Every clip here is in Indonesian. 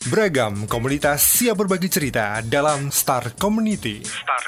Beragam komunitas siap berbagi cerita dalam Star Community.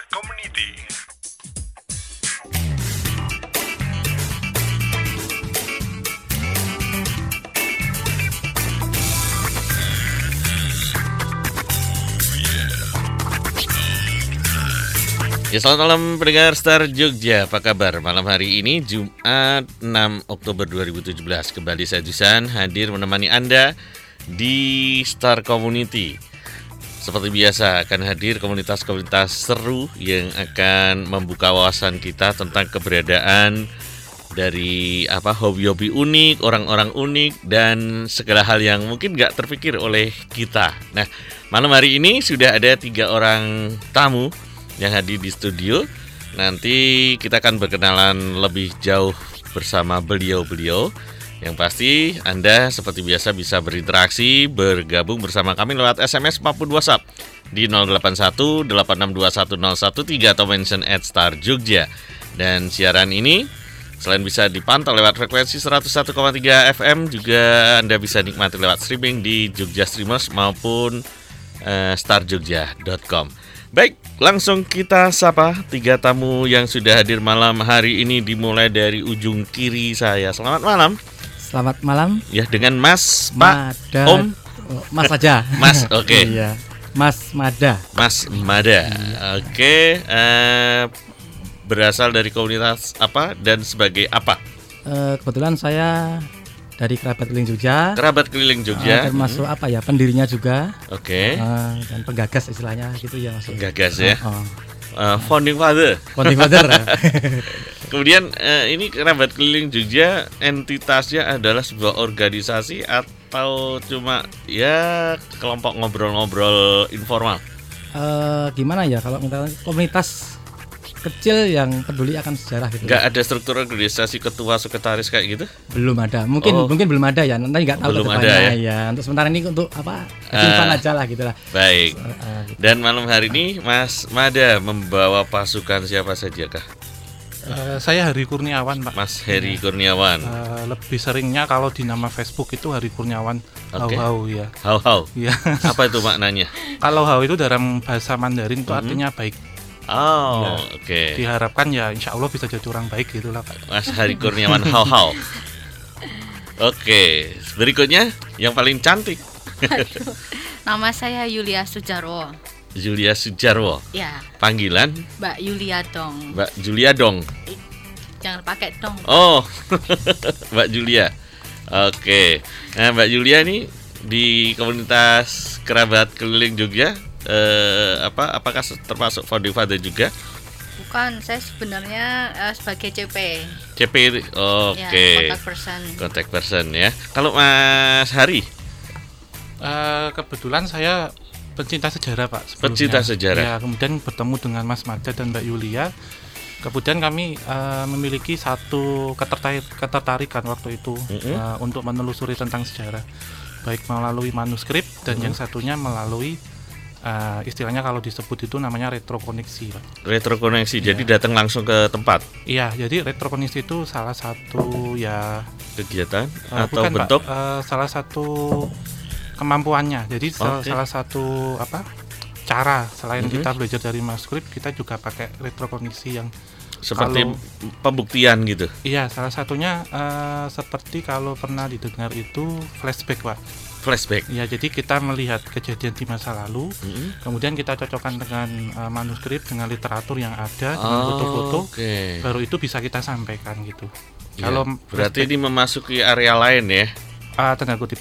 Ya, selamat malam pendengar Star Jogja. Apa kabar malam hari ini Jumat 6 Oktober 2017. Kembali saya Jusan hadir menemani Anda di Star Community. Seperti biasa akan hadir komunitas-komunitas seru yang akan membuka wawasan kita tentang keberadaan dari hobi-hobi unik, orang-orang unik, dan segala hal yang mungkin gak terpikir oleh kita. Nah, malam hari ini sudah ada 3 orang tamu yang hadir di studio. Nanti kita akan berkenalan lebih jauh bersama beliau-beliau. Yang pasti Anda seperti biasa bisa berinteraksi, bergabung bersama kami lewat SMS maupun WhatsApp di 081 8621013 atau mention @starjogja. Dan siaran ini selain bisa dipantau lewat frekuensi 101,3 FM, juga Anda bisa nikmati lewat streaming di Jogja Streamers maupun starjogja.com. Baik, langsung kita sapa 3 tamu yang sudah hadir malam hari ini, dimulai dari ujung kiri saya. Selamat malam. Selamat malam. Ya, dengan Mas, Mada, Pak, Om, Mas aja. Mas, oke. Iya, Mas Mada. Mas Mada. Oke, berasal dari komunitas apa dan sebagai apa? Kebetulan saya dari Kerabat Keliling Jogja. Kerabat Keliling Jogja. Termasuk pendirinya juga. Oke. Dan penggagas istilahnya gitu ya, Mas. Penggagas ya. Founding Father. Founding Father. Kemudian ini Kerabat Keliling Jogja entitasnya adalah sebuah organisasi atau cuma ya kelompok ngobrol-ngobrol informal? Gimana ya kalau komunitas kecil yang peduli akan sejarah gitu. Nggak ada struktur organisasi ketua sekretaris kayak gitu? Belum ada. Mungkin belum ada ya. Nanti nggak tahu belum kedepannya ada ya. Untuk sementara ini untuk simpan aja lah gitu lah. Baik. Gitu. Dan malam hari ini Mas Mada membawa pasukan siapa saja kah? Saya Heri Kurniawan, Pak. Mas Heri Kurniawan. Lebih seringnya kalau di nama Facebook itu Heri Kurniawan. Oke. Hau-hau ya. Hau-hau. Ya. Apa itu maknanya? Kalau hau itu dalam bahasa Mandarin itu artinya baik. Oh, Ya. oke. Diharapkan ya insya Allah bisa jadi orang baik gitulah, Pak. Mas Heri Kurniawan hau-hau. Oke, berikutnya yang paling cantik. Nama saya Yulia Sujarwo. Julia Sujarwo. Ya, Panggilan Mbak Yulia dong. Mbak Julia dong. Jangan pakai dong. Oh, Mbak Julia. Oke. Nah, Mbak Julia nih di komunitas Kerabat Keliling Jogja apakah termasuk founding father juga? Bukan, saya sebenarnya sebagai CP. CP itu. Oke. Ya, Contact person ya. Kalau Mas Hari? Kebetulan saya pencinta sejarah, Pak, sebelumnya. Pencinta sejarah. Ya, kemudian bertemu dengan Mas Mada dan Mbak Yulia. Kemudian kami memiliki satu ketertarikan waktu itu untuk menelusuri tentang sejarah, baik melalui manuskrip dan yang satunya melalui istilahnya kalau disebut itu namanya retrokoneksi, Pak. Retrokoneksi, jadi datang langsung ke tempat. Iya, jadi retrokoneksi itu salah satu ya Kegiatan atau bukan, bentuk? Pak, salah satu kemampuannya. Jadi salah satu cara selain kita belajar dari manuskrip, kita juga pakai retrokoneksi yang seperti pembuktian gitu. Iya, salah satunya seperti kalau pernah didengar itu flashback, Pak. Flashback. Ya, jadi kita melihat kejadian di masa lalu, kemudian kita cocokkan dengan manuskrip, dengan literatur yang ada, dengan foto-foto, baru itu bisa kita sampaikan gitu. Ya, kalau berarti ini memasuki area lain ya? Tanda kutip.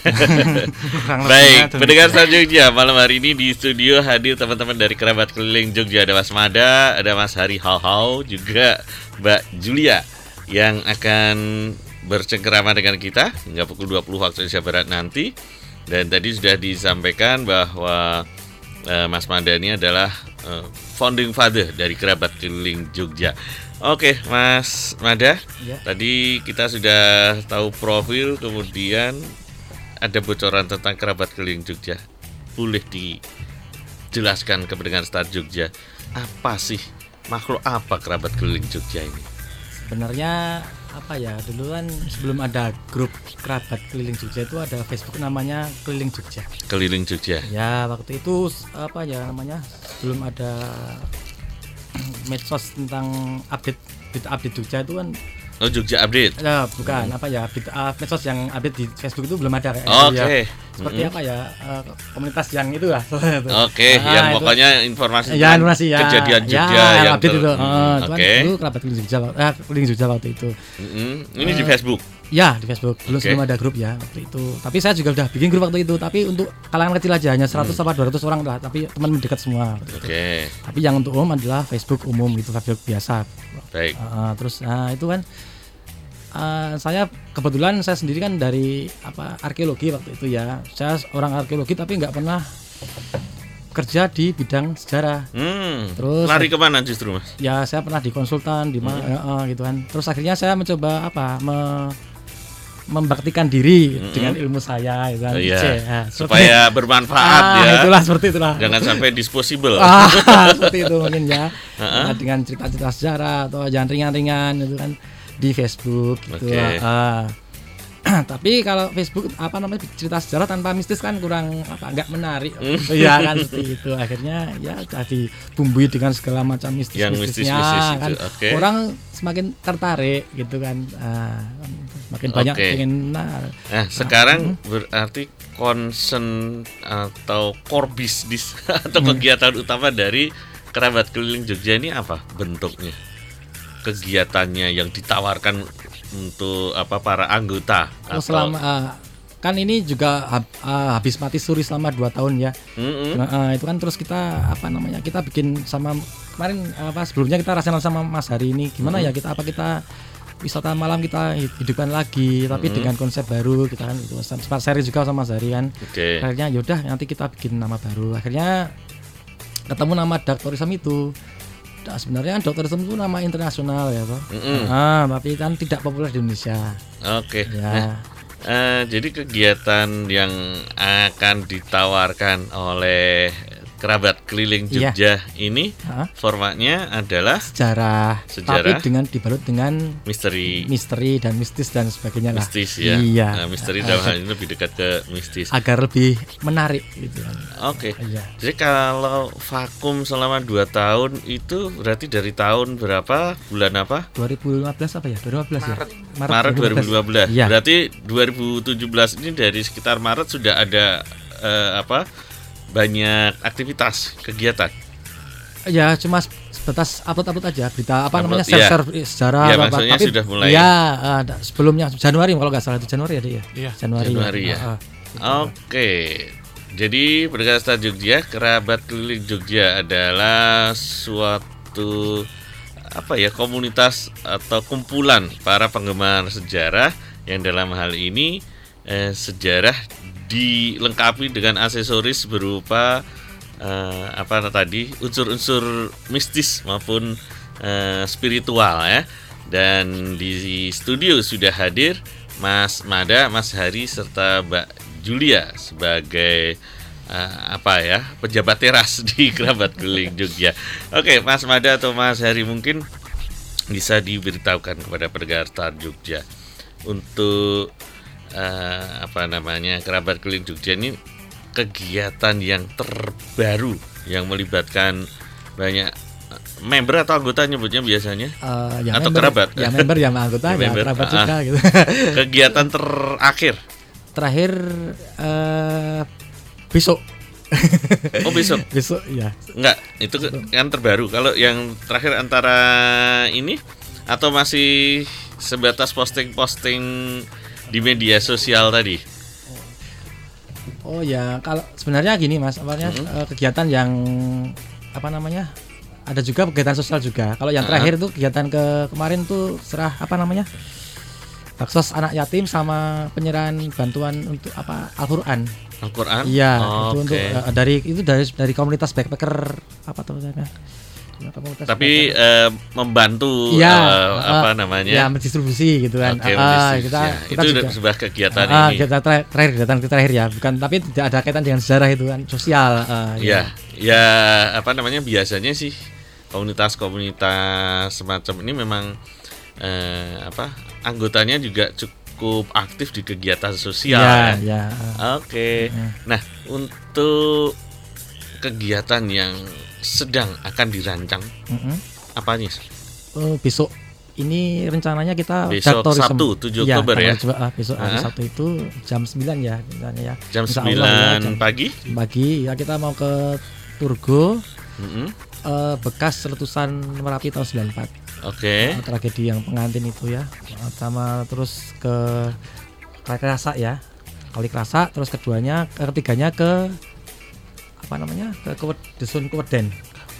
Baik, pendengar Star Jogja, malam hari ini di studio hadir teman-teman dari Kerabat Keliling Jogja. Ada Mas Mada, ada Mas Hari hau-hau, juga Mbak Julia yang akan bercengkerama dengan kita hingga pukul 20 waktu Indonesia Barat nanti. Dan tadi sudah disampaikan bahwa Mas Mada ini adalah founding father dari Kerabat Keliling Jogja. Oke, Mas Mada, Ya. Tadi kita sudah tahu profil, kemudian ada bocoran tentang Kerabat Keliling Jogja. Boleh dijelaskan ke pendengar Star Jogja, apa sih, makhluk apa Kerabat Keliling Jogja ini? Sebenarnya apa ya, dulu kan sebelum ada grup kerabat keliling Jogja itu ada Facebook namanya Keliling Jogja. Keliling Jogja. Ya waktu itu apa ya namanya, belum ada medsos tentang update Jogja itu kan. Oh, Jogja Update. Bukan apa ya, medsos yang update di Facebook itu belum ada kayak Oke. seperti apa ya, komunitas yang itu lah. Oke, yang itu, pokoknya informasi ya, kejadian Jogja yang update itu. Oke. Itu kerabat keliling Jogja waktu itu. Ini di Facebook. Ya, di Facebook. Belum ada grup ya waktu itu. Tapi saya juga udah bikin grup waktu itu, tapi untuk kalangan kecil aja, hanya 100 apa 200 orang lah, tapi teman mendekat semua. Oke. Tapi yang untuk umum adalah Facebook umum gitu, Facebook biasa. Baik. Terus itu kan saya kebetulan saya sendiri kan dari arkeologi waktu itu ya. Saya orang arkeologi tapi nggak pernah kerja di bidang sejarah. Terus lari kemana justru, Mas? Ya saya pernah di konsultan di mana gitu kan. Terus akhirnya saya mencoba membaktikan diri dengan ilmu saya gitu kan. Supaya bermanfaat ya. Itulah seperti itulah. Jangan sampai disposable. Seperti itu mungkin ya. Dengan cerita-cerita sejarah atau jangan ringan-ringan gitu kan di Facebook gitu. Tapi kalau Facebook cerita sejarah tanpa mistis kan kurang nggak menarik. Ya kan seperti itu. Akhirnya ya jadi bumbui dengan segala macam mistis-mistisnya kan. Orang semakin tertarik gitu kan. Makin banyak pengen. Sekarang berarti concern atau core bisnis atau kegiatan utama dari kerabat keliling Jogja ini apa bentuknya? Kegiatannya yang ditawarkan untuk para anggota selama kan ini juga habis mati suri selama 2 tahun ya. Itu kan terus kita kita bikin sama kemarin sebelumnya kita rasakan sama Mas Hari ini gimana ya kita wisata malam kita hidupkan lagi tapi dengan konsep baru kita kan itu sempat sharing juga sama Mas Hari kan. Akhirnya yaudah nanti kita bikin nama baru. Akhirnya ketemu nama Dark Tourism itu. Sebenarnya Tourism itu nama internasional ya Pak. Tapi kan tidak populer di Indonesia. Oke. Ya. Jadi kegiatan yang akan ditawarkan oleh kerabat keliling Jogja ini formatnya adalah sejarah, tapi dibalut dengan misteri dan mistis dan sebagainya lah. Mistis ya. Iya. Misteri dalam hal ini lebih dekat ke mistis. Agar lebih menarik gitu kan. Oke. Jadi kalau vakum selama 2 tahun itu berarti dari tahun berapa? Bulan apa? 2015 apa ya? 2015 ya. Maret 2015. Ya. Berarti 2017 ini dari sekitar Maret sudah ada banyak aktivitas kegiatan. Ya cuma sebatas upload aja berita share sejarah maksudnya tapi sudah mulai sebelumnya Januari kalau nggak salah itu Januari ya dia. Iya. Januari ya. Oke. Jadi Perkasa Jogja, kerabat keliling Jogja adalah suatu komunitas atau kumpulan para penggemar sejarah yang dalam hal ini sejarah dilengkapi dengan aksesoris berupa unsur-unsur mistis maupun spiritual ya. Dan di studio sudah hadir Mas Mada, Mas Hari serta Mbak Julia sebagai pejabat teras di kerabat keliling Jogja. Oke, Mas Mada atau Mas Hari mungkin bisa diberitahukan kepada pendengar Star Jogja untuk kerabat keliling Jogja ini kegiatan yang terbaru yang melibatkan banyak member atau anggota nyebutnya biasanya atau member, kerabat ya member ya anggota ya kerabat juga gitu. Kegiatan terakhir besok. Oh besok ya enggak itu kan terbaru. Kalau yang terakhir antara ini atau masih sebatas posting di media sosial tadi? Oh ya, kalau sebenarnya gini Mas, kegiatan yang ada juga kegiatan sosial juga. Kalau yang terakhir itu kegiatan kemarin tuh serah baksos anak yatim sama penyerahan bantuan untuk Al-Qur'an. Iya, itu dari komunitas backpacker tapi membantu mendistribusi gitu kan. Kita itu juga sebuah kegiatan ini. Kegiatan terakhir ya, bukan, tapi tidak ada kaitan dengan sejarah itu kan, sosial. Biasanya sih komunitas semacam ini memang anggotanya juga cukup aktif di kegiatan sosial. Ya. Oke. Nah, untuk kegiatan yang sedang akan dirancang apa nih? Besok ini rencananya kita Besok tourism. Sabtu 7 Oktober ya. Besok hari Sabtu itu jam 9 ya rencananya ya. Jam Insya 9 Allah, pagi. Pagi ya kita mau ke Turgo. Bekas letusan Merapi tahun 94. Oke. Tragedi yang pengantin itu ya. Sama terus ke Krasa ya. Kali Krasa, terus ketiganya ke Dusun Kawadan.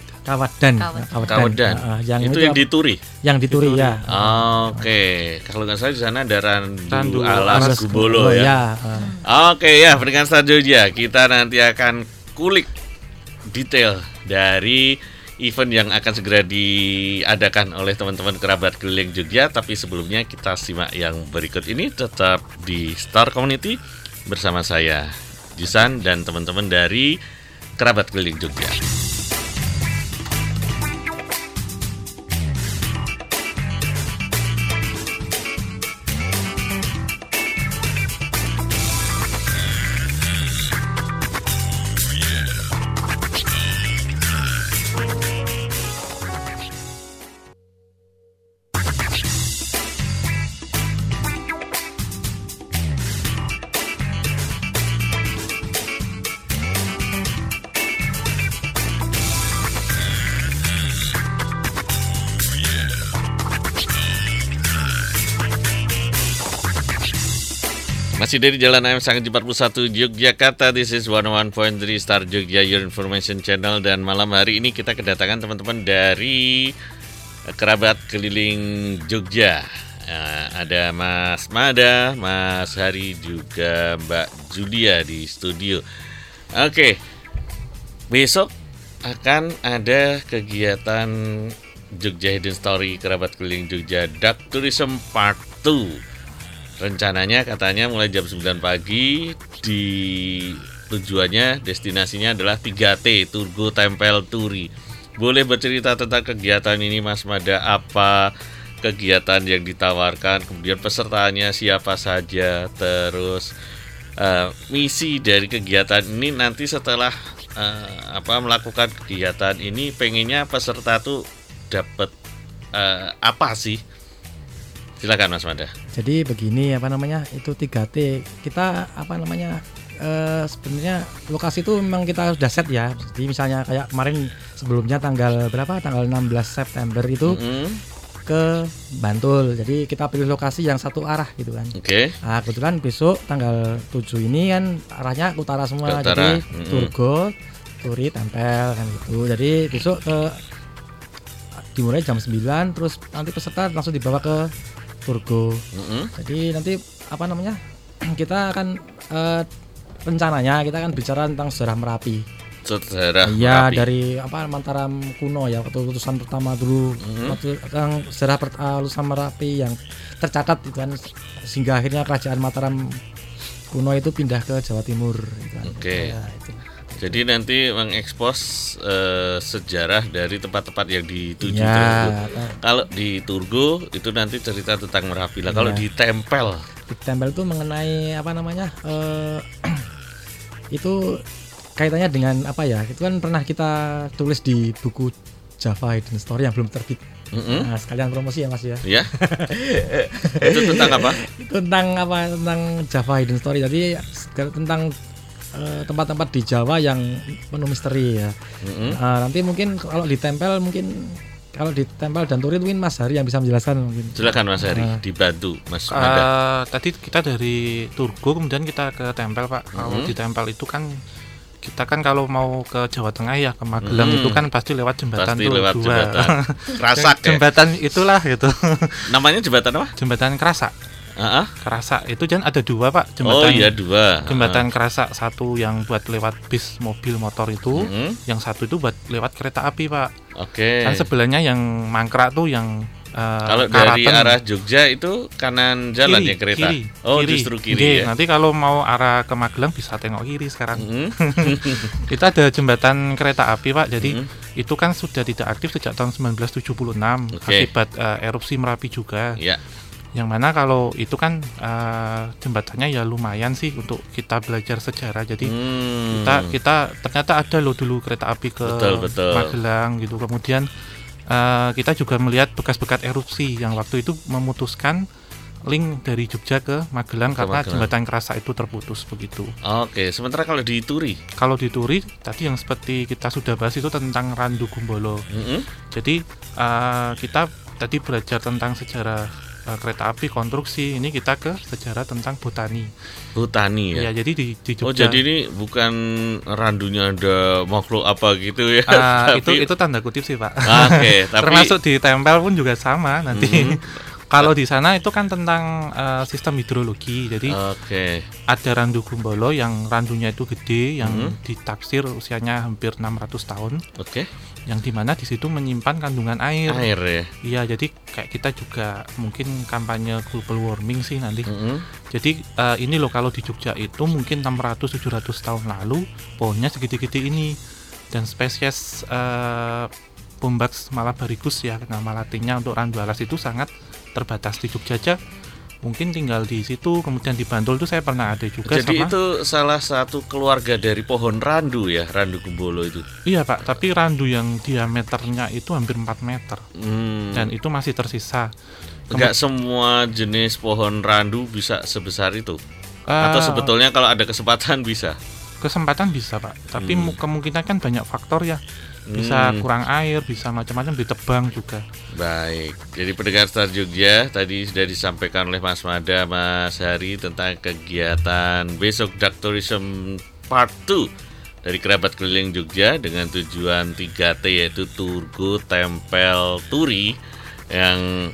Yang itu yang di Turi. Yang di Turi ya. Oke. Kalau nggak salah di sana ada Randu Alas Alas Gubolo ya. Oke ya, pendengar Star Jogja, kita nanti akan kulik detail dari event yang akan segera diadakan oleh teman-teman kerabat keliling Jogja. Tapi sebelumnya kita simak yang berikut ini, tetap di Star Community bersama saya Jisan dan teman-teman dari kerabat keliling Jogja. Masih dari Jalan AM Sangji 41 Yogyakarta. This is 101.3 Star Jogja, your information channel. Dan malam hari ini kita kedatangan teman-teman dari kerabat keliling Jogja. Ada Mas Mada, Mas Hari, juga Mbak Julia di studio. Oke, besok akan ada kegiatan Jogja Hidden Story Kerabat Keliling Jogja Dark Tourism Part 2. Rencananya katanya mulai jam 9 pagi. Di tujuannya, destinasinya adalah 3T, Turgo Tempel Turi. Boleh bercerita tentang kegiatan ini Mas Mada, apa kegiatan yang ditawarkan, kemudian pesertanya siapa saja, terus misi dari kegiatan ini nanti setelah melakukan kegiatan ini, pengennya peserta tuh dapat apa sih? Silakan Mas Mada. Jadi begini itu 3T kita sebenarnya lokasi itu memang kita sudah set ya. Jadi misalnya kayak kemarin sebelumnya tanggal 16 September itu ke Bantul. Jadi kita pilih lokasi yang satu arah gitu kan. Oke. Nah, kebetulan besok tanggal 7 ini kan arahnya ke utara semua. Jadi Turgo, Turi, Tempel kan gitu. Jadi besok dimulai jam 9, terus nanti peserta langsung dibawa ke Turgo. Jadi nanti kita akan rencananya kita akan bicara tentang sejarah Merapi. Iya, dari Mataram kuno ya, waktu letusan pertama dulu, waktu yang sejarah letusan Merapi yang tercatat itu kan, sehingga akhirnya kerajaan Mataram kuno itu pindah ke Jawa Timur gitu kan. Oke. Ya, itu. Jadi nanti mengekspos sejarah dari tempat-tempat yang dituju. Ya, kalau di Turgo itu nanti cerita tentang Merapi lah. Kalau di Tempel itu mengenai itu kaitannya dengan itu kan pernah kita tulis di buku Java Hidden Story yang belum terbit. Nah, sekalian promosi ya Mas ya. Iya. Itu tentang apa? Tentang Java Hidden Story. Jadi tentang tempat-tempat di Jawa yang penuh misteri ya. Nanti mungkin kalau di Tempel dan Turi mungkin Mas Hari yang bisa menjelaskan mungkin. Silakan Mas Hari, dibantu Mas. Tadi kita dari Turgo kemudian kita ke Tempel Pak. Kalau di Tempel itu kan kita kan kalau mau ke Jawa Tengah ya, ke Magelang itu kan pasti lewat jembatan jembatan Krasak ya? Jembatan itulah gitu. Namanya jembatan apa? Jembatan Krasak. Krasak itu kan ada dua Pak, jembatan. Oh iya, dua. Jembatan Krasak, satu yang buat lewat bis, mobil, motor itu, yang satu itu buat lewat kereta api Pak. Oke. Kan sebelahnya yang mangkrak tuh yang kalau dari arah Jogja itu kanan jalan ya kereta. Kiri, justru kiri ya. Nanti kalau mau arah ke Magelang bisa tengok kiri sekarang. Itu ada jembatan kereta api Pak. Jadi itu kan sudah tidak aktif sejak tahun 1976 akibat erupsi Merapi juga. Ya. Yang mana kalau itu kan jembatannya ya lumayan sih untuk kita belajar sejarah. Jadi kita ternyata ada loh dulu kereta api ke Magelang gitu. Kemudian kita juga melihat bekas-bekas erupsi yang waktu itu memutuskan link dari Jogja ke Magelang karena jembatan Kerasa itu terputus begitu. Oke, sementara kalau di Turi? Kalau di Turi tadi yang seperti kita sudah bahas itu tentang Randu Gumbolo. Jadi kita tadi belajar tentang sejarah kereta api konstruksi, ini kita ke sejarah tentang botani ya. Jadi di Jogja. Oh, jadi ini bukan randunya ada makhluk apa gitu ya? Tapi itu tanda kutip sih, Pak. Oke, tapi termasuk di tempel pun juga sama nanti. Kalau di sana itu kan tentang sistem hidrologi. Jadi ada Randu Gumbolo yang randunya itu gede, yang ditaksir usianya hampir 600 tahun. Yang dimana di situ menyimpan kandungan air ya. Iya, jadi kayak kita juga mungkin kampanye global warming sih nanti. Jadi ini loh, kalau di Jogja itu mungkin 600-700 tahun lalu pohonnya segede-gede ini, dan spesies Bombax malabaricus ya, nama latinnya untuk randu alas itu sangat terbatas. Di Jogja aja mungkin tinggal di situ, kemudian di Bantul itu saya pernah ada juga. Jadi itu salah satu keluarga dari pohon randu ya, Randu Gumbolo itu? Iya Pak, tapi randu yang diameternya itu hampir 4 meter dan itu masih tersisa. Enggak semua jenis pohon randu bisa sebesar itu? Atau sebetulnya kalau ada kesempatan bisa? Kesempatan bisa Pak, tapi kemungkinan kan banyak faktor ya. Bisa kurang air, bisa macam-macam, ditebang juga. Baik, jadi pendengar Star Jogja, tadi sudah disampaikan oleh Mas Mada, Mas Hari tentang kegiatan besok Dark Tourism Part 2 dari Kerabat Keliling Jogja dengan tujuan 3T, yaitu Turgo, Tempel, Turi, yang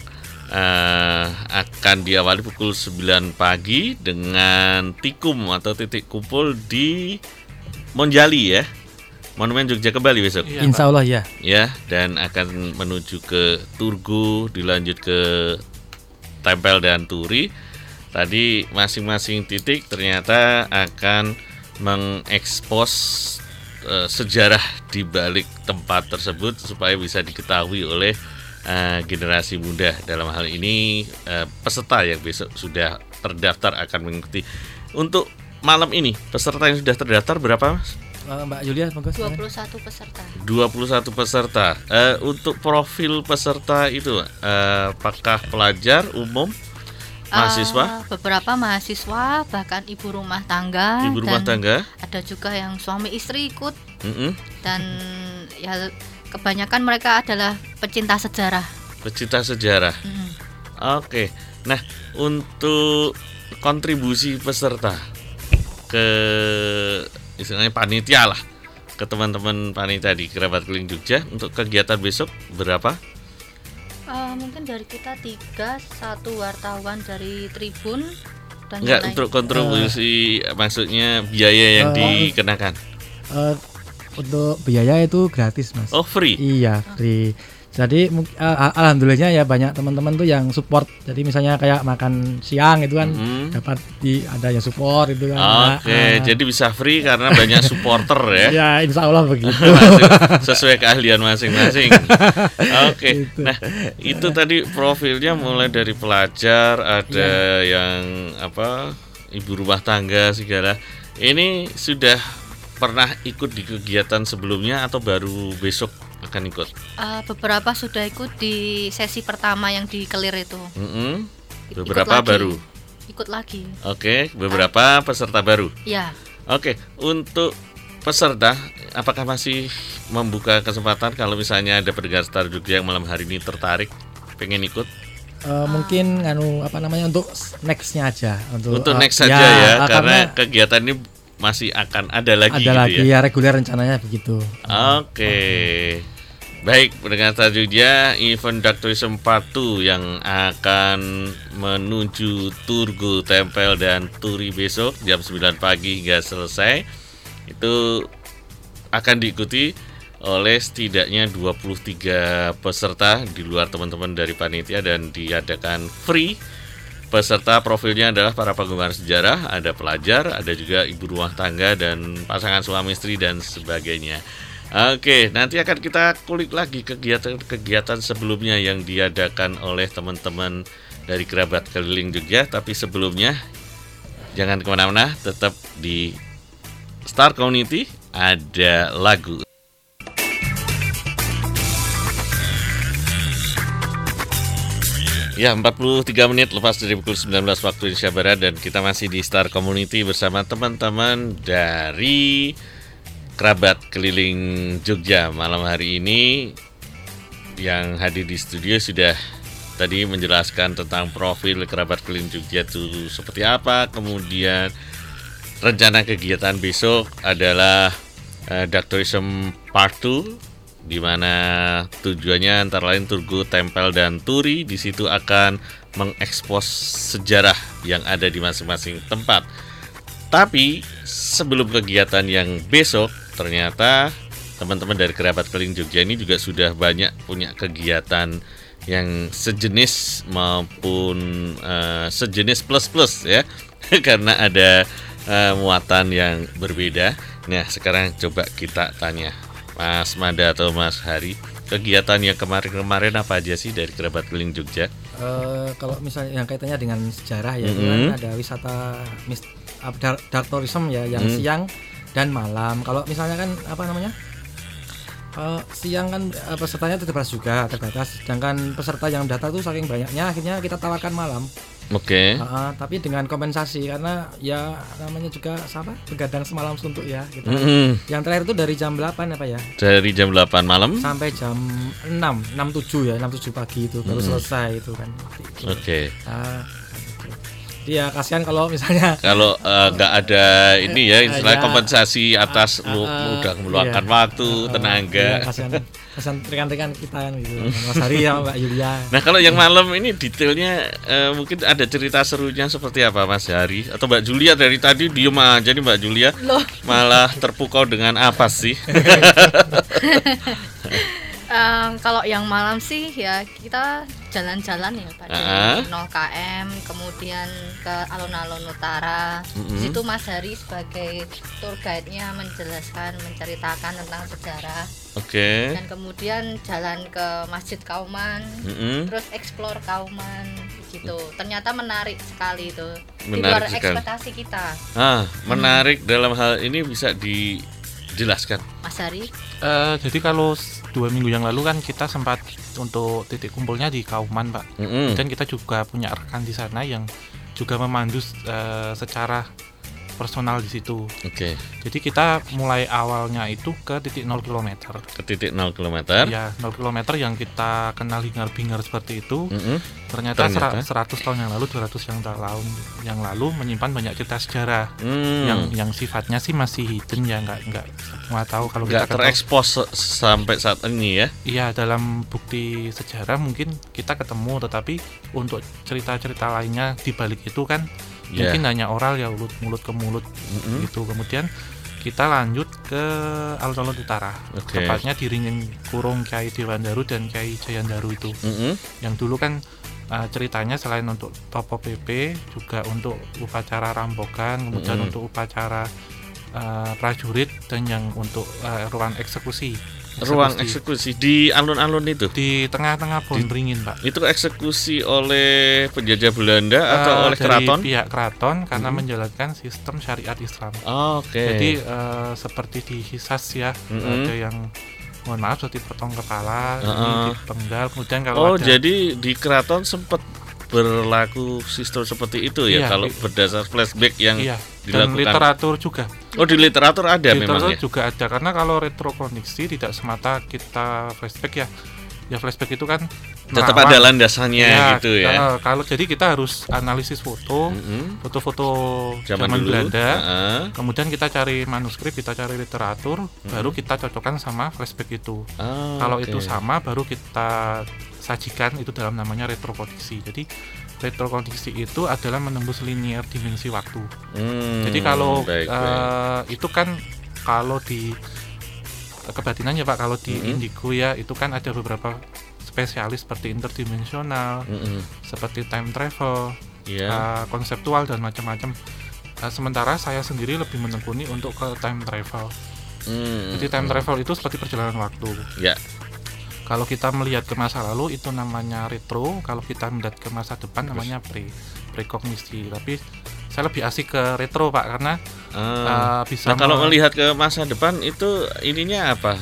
akan diawali pukul 9 pagi dengan tikum atau titik kumpul di Monjali ya, Monumen Jogja Kembali besok. Insya Allah ya. Ya, dan akan menuju ke Turgo, dilanjut ke Tempel dan Turi. Tadi masing-masing titik ternyata akan mengekspos sejarah di balik tempat tersebut supaya bisa diketahui oleh generasi muda. Dalam hal ini peserta yang besok sudah terdaftar akan mengikuti. Untuk malam ini peserta yang sudah terdaftar berapa, Mas? Mbak Yulia, 21 peserta. 21 peserta. Untuk profil peserta itu apakah pelajar umum, mahasiswa? Beberapa mahasiswa, bahkan ibu rumah tangga. Ibu rumah tangga. Ada juga yang suami istri ikut. Dan ya kebanyakan mereka adalah pecinta sejarah. Pecinta sejarah. Oke. Nah, untuk kontribusi peserta ke istilahnya panitia lah, ke teman-teman panitia di Kerabat Keliling Jogja untuk kegiatan besok berapa? Mungkin dari kita 3, 1 wartawan dari Tribun dan enggak, untuk kontribusi maksudnya biaya yang dikenakan. Untuk biaya itu gratis, Mas. Oh, free? Iya, free. Jadi alhamdulillahnya ya banyak teman-teman tuh yang support. Jadi misalnya kayak makan siang itu kan dapat ada yang support itu kan. Oke, jadi bisa free karena banyak supporter ya. Ya, insya Allah begitu. Sesuai keahlian masing-masing. Oke. Gitu. Nah, itu tadi profilnya mulai dari pelajar, ada yang ibu rumah tangga segala. Ini sudah pernah ikut di kegiatan sebelumnya atau baru besok akan ikut? Beberapa sudah ikut di sesi pertama yang di Kelir itu. Beberapa baru? Ikut lagi. Oke, beberapa peserta baru? Ya. Oke, untuk peserta, apakah masih membuka kesempatan kalau misalnya ada pendengar Star Jogja yang malam hari ini tertarik, pengen ikut? Mungkin untuk next-nya aja. Untuk next saja ya, karena kegiatan ini masih akan ada lagi gitu ya reguler rencananya begitu. Oke. Baik, pendengar Star Jogja, event Dark Tourism Part 2 yang akan menuju Turgo, Tempel dan Turi besok jam 9 pagi hingga selesai itu akan diikuti oleh setidaknya 23 peserta di luar teman-teman dari panitia dan diadakan free. Peserta profilnya adalah para penggemar sejarah, ada pelajar, ada juga ibu rumah tangga dan pasangan suami istri dan sebagainya. Oke, nanti akan kita kulik lagi kegiatan-kegiatan sebelumnya yang diadakan oleh teman-teman dari Kerabat Keliling Jogja. Tapi sebelumnya, jangan kemana-mana, tetap di Star Community, ada lagu. Ya, 43 menit lepas dari pukul 19 waktu Indonesia Barat, dan kita masih di Star Community bersama teman-teman dari Kerabat Keliling Jogja. Malam hari ini yang hadir di studio sudah tadi menjelaskan tentang profil Kerabat Keliling Jogja itu seperti apa. Kemudian rencana kegiatan besok adalah Dark Tourism Part 2, di mana tujuannya antara lain Turgo, Tempel, dan Turi. Di situ akan mengekspos sejarah yang ada di masing-masing tempat. Tapi sebelum kegiatan yang besok, ternyata teman-teman dari Kerabat Keliling Jogja ini juga sudah banyak punya kegiatan yang sejenis maupun sejenis plus-plus ya, karena ada muatan yang berbeda. Nah, sekarang coba kita tanya Mas Mada atau Mas Hari, kegiatan yang kemarin apa aja sih dari Kerabat Keliling Jogja? Kalau misalnya yang kaitannya dengan sejarah ya, itu kan ada wisata dark tourism ya, yang siang dan malam. Kalau misalnya kan siang kan pesertanya terbatas, sedangkan peserta yang datang tuh saking banyaknya, akhirnya kita tawarkan malam. Oke. Tapi dengan kompensasi, karena ya namanya juga begadang semalam suntuk ya gitu. Yang terakhir itu dari jam 8 ya. Dari jam 8 malam sampai jam 6:07 pagi itu baru selesai itu kan. Oke. Iya, kasihan kalau misalnya nggak ada ini ya, istilah kompensasi atas udah meluangkan waktu, tenaga. Kasihan rekan-rekan kita kan gitu, Mas Hari ya, Mbak Yulia. Nah, kalau yang malam ini detailnya mungkin ada cerita serunya seperti apa, Mas Hari atau Mbak Julia? Dari tadi diem aja nih Mbak Julia. Loh. Malah terpukau dengan apa sih? Kalau yang malam sih ya kita jalan-jalan ya Pak, 0 km, kemudian ke alun-alun utara. Di situ Mas Hari sebagai tour guide-nya menceritakan tentang sejarah. Oke. Dan kemudian jalan ke Masjid Kauman, terus explore Kauman gitu. Ternyata menarik sekali itu. Di luar ekspektasi kita. Menarik dalam hal ini bisa dijelaskan, Mas Hari? Jadi kalau 2 minggu yang lalu kan kita sempat untuk titik kumpulnya di Kauman, Pak. Dan kita juga punya rekan di sana yang juga memandu secara personal di situ. Oke. Jadi kita mulai awalnya itu ke titik 0 km. Ke titik 0 km. Ya, 0 km yang kita kenal hingar-bingar seperti itu. Ternyata 100 tahun yang lalu, 200 yang lalu menyimpan banyak cerita sejarah yang sifatnya sih masih hidden ya, nggak semua tahu kalau nggak kita terekspos sampai saat ini ya. Iya, dalam bukti sejarah mungkin kita ketemu, tetapi untuk cerita-cerita lainnya di balik itu kan mungkin hanya oral ya, mulut ke mulut gitu. Kemudian kita lanjut ke alun-alun utara, tepatnya di Ringin Kurung Kyai Dewandaru dan Kyai Jayandaru itu. Yang dulu kan ceritanya selain untuk Topo PP juga untuk upacara rampokan, kemudian untuk upacara prajurit, dan yang untuk ruang eksekusi. Ruang eksekusi di alun-alun itu? Di tengah-tengah pohon beringin, Pak. Itu eksekusi oleh penjajah Belanda atau oleh keraton? Dari pihak keraton, karena menjalankan sistem syariat Islam. Oke. Jadi seperti di Hisas ya, ada yang mohon maaf seperti potong kepala, dipenggal, kemudian kalau ada. Jadi di keraton sempat berlaku sistem seperti itu ya, kalau berdasar flashback yang dilakukan. Dan literatur juga. Di literatur ada memang ya? Juga ada, karena kalau retrokoneksi tidak semata kita flashback ya. Ya flashback itu kan tetap ada landasannya gitu ya. Kalau jadi kita harus analisis foto-foto zaman Belanda. Kemudian kita cari manuskrip, kita cari literatur, baru kita cocokkan sama flashback itu. Kalau itu sama, baru kita sajikan itu dalam namanya retrokoneksi. Jadi retrokoneksi itu adalah menembus linear dimensi waktu. Jadi kalau itu kan kalau di kebatinannya Pak, kalau di Indigo ya itu kan ada beberapa spesialis seperti interdimensional, seperti time travel, konseptual dan macam-macam. Sementara saya sendiri lebih menekuni untuk ke time travel. Jadi time travel itu seperti perjalanan waktu. Ya. Kalau kita melihat ke masa lalu itu namanya retro, kalau kita melihat ke masa depan namanya prekognisi. Tapi saya lebih asik ke retro Pak karena bisa. Nah, kalau melihat ke masa depan itu ininya apa?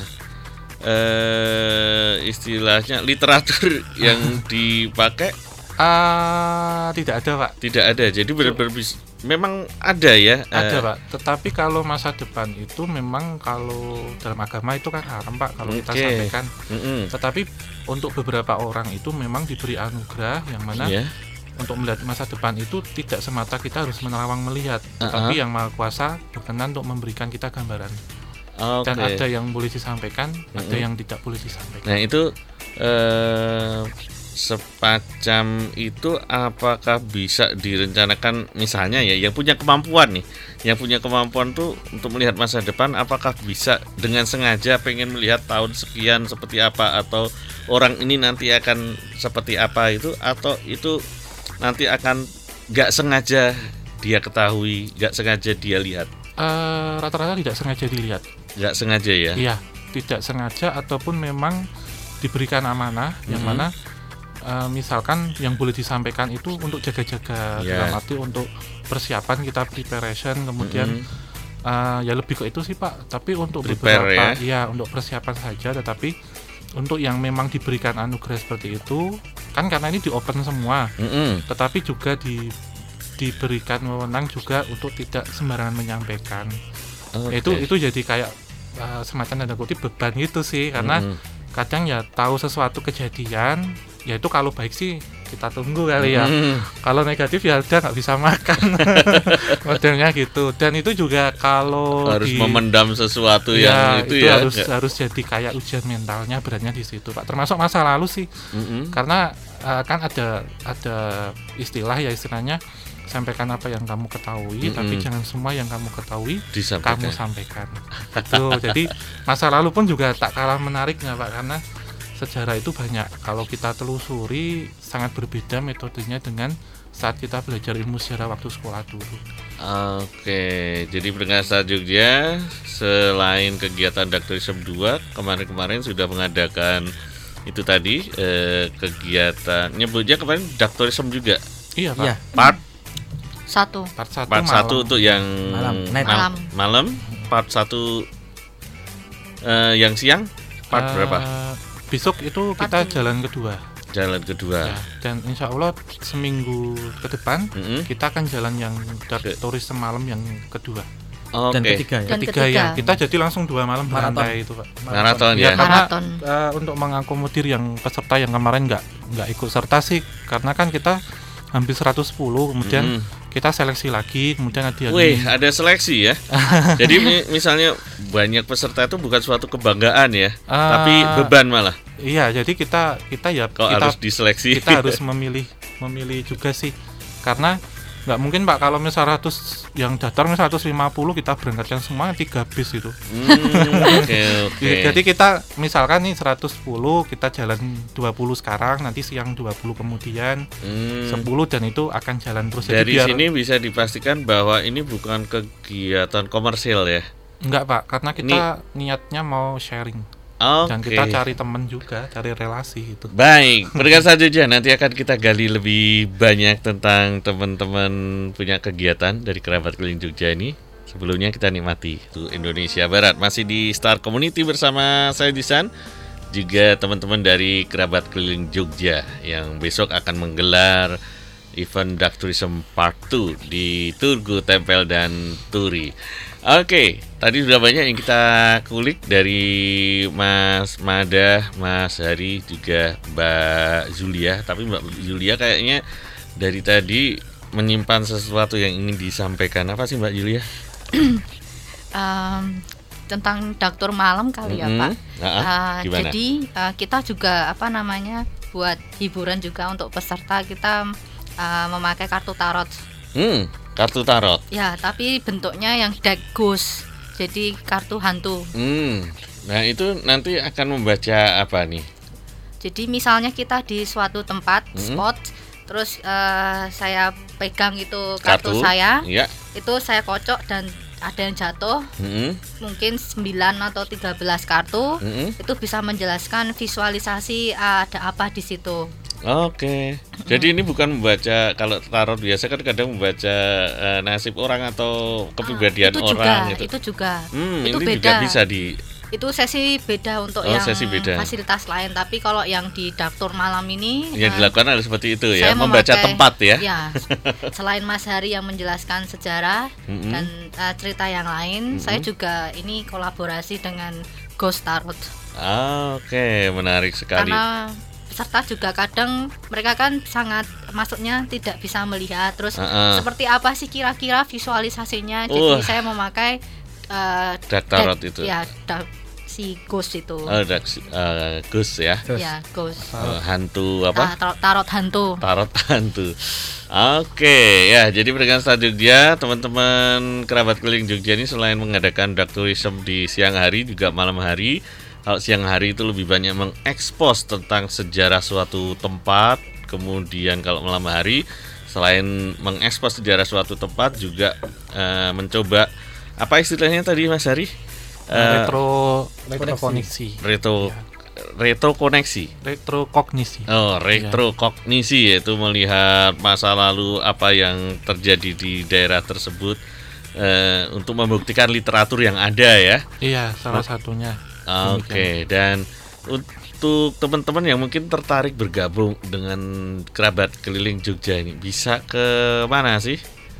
Istilahnya literatur yang dipakai tidak ada Pak. Tidak ada. Jadi benar-benar memang ada ya. Ada Pak. Tetapi kalau masa depan itu memang kalau dalam agama itu kan haram Pak kalau kita sampaikan. Tetapi untuk beberapa orang itu memang diberi anugerah yang mana untuk melihat masa depan itu tidak semata kita harus menerawang melihat, tetapi yang Maha Kuasa berkenan untuk memberikan kita gambaran. Dan ada yang boleh disampaikan, ada yang tidak boleh disampaikan. Nah itu sepacam itu apakah bisa direncanakan misalnya ya yang punya kemampuan tuh untuk melihat masa depan, apakah bisa dengan sengaja pengen melihat tahun sekian seperti apa, atau orang ini nanti akan seperti apa itu, atau itu nanti akan nggak sengaja dia ketahui, nggak sengaja dia lihat? Rata-rata tidak sengaja dilihat. Nggak sengaja ya? Iya, tidak sengaja ataupun memang diberikan amanah yang mana misalkan yang boleh disampaikan itu untuk jaga-jaga, dalam arti untuk persiapan kita preparation, kemudian ya lebih ke itu sih Pak. Tapi untuk beberapa untuk persiapan saja, tetapi untuk yang memang diberikan anugerah seperti itu kan karena ini di open semua, tetapi juga diberikan wewenang juga untuk tidak sembarangan menyampaikan. Itu jadi kayak semacam tanda kutip beban gitu sih, karena kadang ya tahu sesuatu kejadian, ya itu kalau baik sih kita tunggu kali ya. Kalau negatif ya udah nggak bisa makan. Modelnya gitu. Dan itu juga kalau harus memendam sesuatu yang itu ya harus jadi kayak ujian mentalnya, beratnya di situ Pak. Termasuk masa lalu sih. Karena kan ada istilahnya sampaikan apa yang kamu ketahui, tapi jangan semua yang kamu ketahui kamu sampaikan. Gitu. Jadi masa lalu pun juga tak kalah menariknya Pak, karena sejarah itu banyak. Kalau kita telusuri sangat berbeda metodenya dengan saat kita belajar ilmu sejarah waktu sekolah dulu. Jadi pendengar Star Jogja, selain kegiatan Daktorism 2, kemarin sudah mengadakan itu tadi kegiatan nyebutnya kemarin Daktorism juga. Iya Pak. Iya. Part 1 untuk yang malam. Part 1 yang siang. Part berapa? Besok itu kita jalan kedua. Ya, dan insya Allah seminggu ke depan kita akan jalan yang Daktorism malam yang kedua. Dan ketiga ya. Kita jadi langsung 2 malam berantai itu Pak. Maraton ya. Karena untuk mengakomodir yang peserta yang kemarin nggak ikut serta sih, karena kan kita hampir 110, kemudian kita seleksi lagi, kemudian ada seleksi ya. Jadi misalnya banyak peserta itu bukan suatu kebanggaan ya, tapi beban malah. Iya, jadi kita harus diseleksi. Kita harus memilih juga sih, karena nggak mungkin Pak kalau misal 100 yang daftar misal 150 kita berangkatkan semua 3 bis itu. Jadi kita misalkan nih 110 kita jalan 20 sekarang, nanti siang 20 kemudian 10, dan itu akan jalan terus. Dari sini bisa dipastikan bahwa ini bukan kegiatan komersil ya? Enggak Pak, karena kita niatnya mau sharing. Dan kita cari teman juga, cari relasi itu. Baik, pendengar saja nanti akan kita gali lebih banyak tentang teman-teman punya kegiatan dari Kerabat Keliling Jogja ini. Sebelumnya kita nikmati itu Indonesia Barat, masih di Star Community bersama saya Disan, juga teman-teman dari Kerabat Keliling Jogja yang besok akan menggelar event Daktorism Part 2 di Tugu, Tempel, dan Turi. Tadi sudah banyak yang kita kulik dari Mas Mada, Mas Hari, juga Mbak Zulia. Tapi Mbak Zulia kayaknya dari tadi menyimpan sesuatu yang ingin disampaikan. Apa sih Mbak Zulia? Tentang Daktor malam kali ya Pak. Jadi kita juga buat hiburan juga untuk peserta, kita memakai kartu tarot. Kartu tarot. Ya, tapi bentuknya yang deck ghost. Jadi kartu hantu. Nah, itu nanti akan membaca apa nih? Jadi misalnya kita di suatu tempat, spot, terus saya pegang itu kartu saya. Ya. Itu saya kocok dan ada yang jatuh, mungkin 9 atau 13 kartu, itu bisa menjelaskan visualisasi ada apa di situ. Oke. Jadi ini bukan membaca, kalau tarot biasa kan kadang membaca nasib orang atau kepribadian itu orang juga, gitu. Itu juga. ini Itu beda. juga bisa di Itu sesi beda untuk yang sesi beda. fasilitas lain, tapi kalau yang di dapur malam ini yang dilakukan adalah seperti itu ya, saya membaca tempat ya. Ya, selain Mas Hari yang menjelaskan sejarah dan cerita yang lain, saya juga ini kolaborasi dengan Ghost Tarot. Oke, menarik sekali. Karena peserta juga kadang mereka kan sangat, maksudnya tidak bisa melihat, terus seperti apa sih kira-kira visualisasinya. Jadi saya memakai Dark Tarot itu. Ya, si Ghost itu. Ghost ya. Ya, Ghost. Hantu apa? Tarot hantu. Tarot hantu. Oke, ya. Jadi dengan Star Jogja, teman-teman kerabat keliling Jogja ini selain mengadakan dark tourism di siang hari, juga malam hari. Kalau siang hari itu lebih banyak mengekspos tentang sejarah suatu tempat. Kemudian kalau malam hari, selain mengekspos sejarah suatu tempat, juga mencoba, apa istilahnya tadi Mas Hari? Retrokognisi. Retrokoneksi. Retrokognisi. Retrokognisi, yaitu melihat masa lalu apa yang terjadi di daerah tersebut untuk membuktikan literatur yang ada ya. Iya, salah satunya. Oke, dan untuk teman-teman yang mungkin tertarik bergabung dengan kerabat keliling Jogja ini, bisa ke mana sih?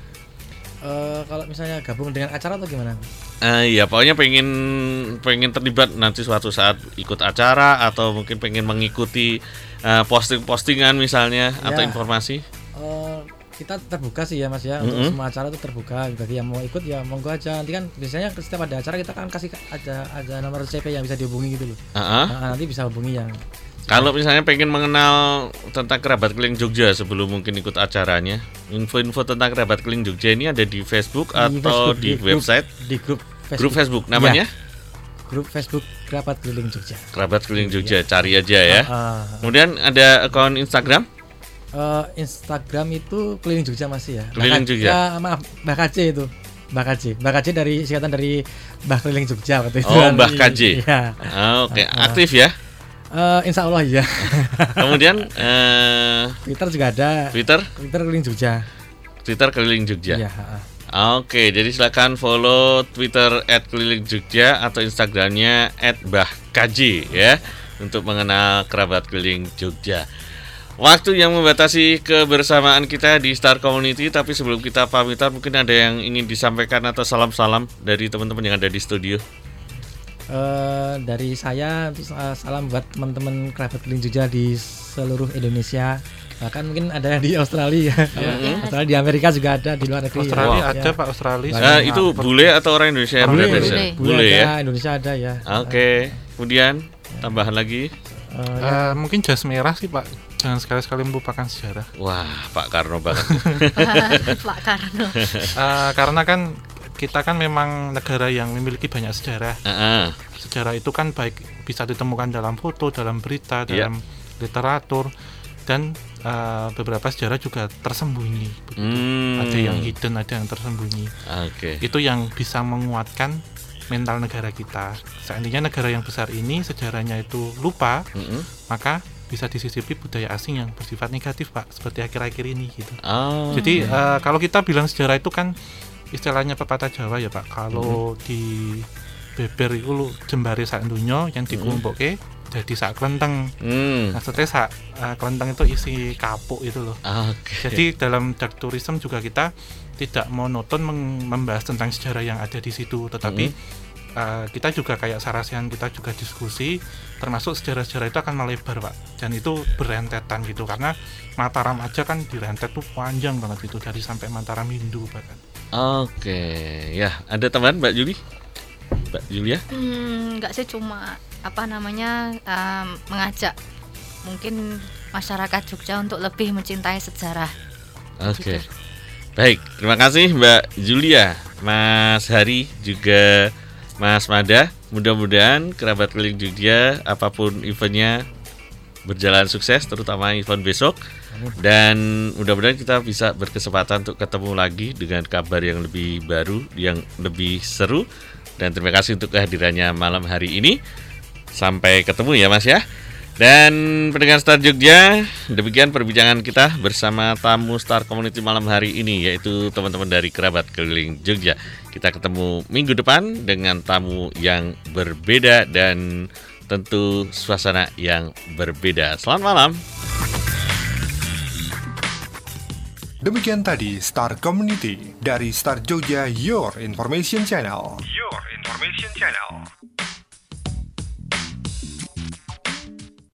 Kalau misalnya gabung dengan acara atau gimana? Ya pokoknya pengen terlibat nanti suatu saat ikut acara, atau mungkin pengen mengikuti posting-postingan misalnya, atau informasi. Kita terbuka sih ya Mas ya, untuk semua acara itu terbuka, bagi yang mau ikut ya monggo aja. Nanti kan biasanya setiap ada acara kita kan kasih ada nomor CP yang bisa dihubungi gitu loh. Nanti bisa hubungi yang. Kalau misalnya pengen mengenal tentang kerabat keliling Jogja sebelum mungkin ikut acaranya, info-info tentang kerabat keliling Jogja ini ada di Facebook atau di website? Di grup Facebook. Grup Facebook namanya? Ya. Grup Facebook Kerabat Keliling Jogja. Kerabat Keliling Jogja, cari aja ya. Kemudian ada akun Instagram? Instagram itu Keliling Jogja masih ya. Keliling Jogja. Ya, maaf, Mbak KJ itu. Mbak KJ dari singkatan dari Mbah Keliling Jogja waktu itu. Oh, Mbah KJ. Iya. Oke, aktif ya? Insya Allah ya. Kemudian Twitter juga ada. Twitter Keliling Jogja. Twitter Keliling Jogja. Iya. Oke, jadi silakan follow Twitter @kelilingjogja atau Instagramnya @mbahkj ya, untuk mengenal kerabat keliling Jogja. Waktu yang membatasi kebersamaan kita di Star Community, tapi sebelum kita pamitan mungkin ada yang ingin disampaikan atau salam-salam dari teman-teman yang ada di studio. Dari saya salam buat teman-teman kerabat keliling Jogja di seluruh Indonesia, bahkan mungkin ada di Australia ya. Australia, di Amerika juga ada, di luar negeri. Australia ya. ada Pak, Australia. Itu bule atau orang Indonesia yang berada di sana? Bule ya. Indonesia ada ya. Oke. Kemudian tambahan lagi. Mungkin jas merah sih Pak. Jangan sekali-sekali melupakan sejarah. Wah, Pak Karno banget. Pak Karno. Karena kan kita kan memang negara yang memiliki banyak sejarah. Sejarah itu kan baik bisa ditemukan dalam foto, dalam berita, dalam literatur, dan beberapa sejarah juga tersembunyi. Ada yang hidden, ada yang tersembunyi. Itu yang bisa menguatkan mental negara kita. Seandainya negara yang besar ini sejarahnya itu lupa, maka bisa disisipi budaya asing yang bersifat negatif Pak, seperti akhir-akhir ini gitu. Jadi kalau kita bilang sejarah itu kan istilahnya pepatah Jawa ya Pak. Kalau di beber itu jembare sak donya yang dikumpukke jadi sak klenteng. Maksudnya sak klenteng itu isi kapuk itu loh. Jadi dalam dark tourism juga kita tidak monoton membahas tentang sejarah yang ada di situ, tetapi kita juga kayak Sarasian, kita juga diskusi, termasuk sejarah-sejarah itu akan melebar Pak, dan itu berentetan gitu, karena Mataram aja kan direntet tuh panjang banget itu, dari sampai Mataram Hindu bahkan. Ya, ada teman Mbak Juli? Mbak Julia? Enggak sih, cuma mengajak mungkin masyarakat Jogja untuk lebih mencintai sejarah. Gitu. Baik, terima kasih Mbak Julia, Mas Hari, juga Mas Mada. Mudah-mudahan kerabat keliling Jogja apapun eventnya berjalan sukses, terutama event besok. Dan mudah-mudahan kita bisa berkesempatan untuk ketemu lagi dengan kabar yang lebih baru, yang lebih seru. Dan terima kasih untuk kehadirannya malam hari ini. Sampai ketemu ya Mas ya. Dan pendengar Star Jogja, demikian perbincangan kita bersama tamu Star Community malam hari ini, yaitu teman-teman dari Kerabat Keliling Jogja. Kita ketemu minggu depan dengan tamu yang berbeda dan tentu suasana yang berbeda. Selamat malam. Demikian tadi Star Community dari Star Jogja, Your Information Channel. Your Information Channel.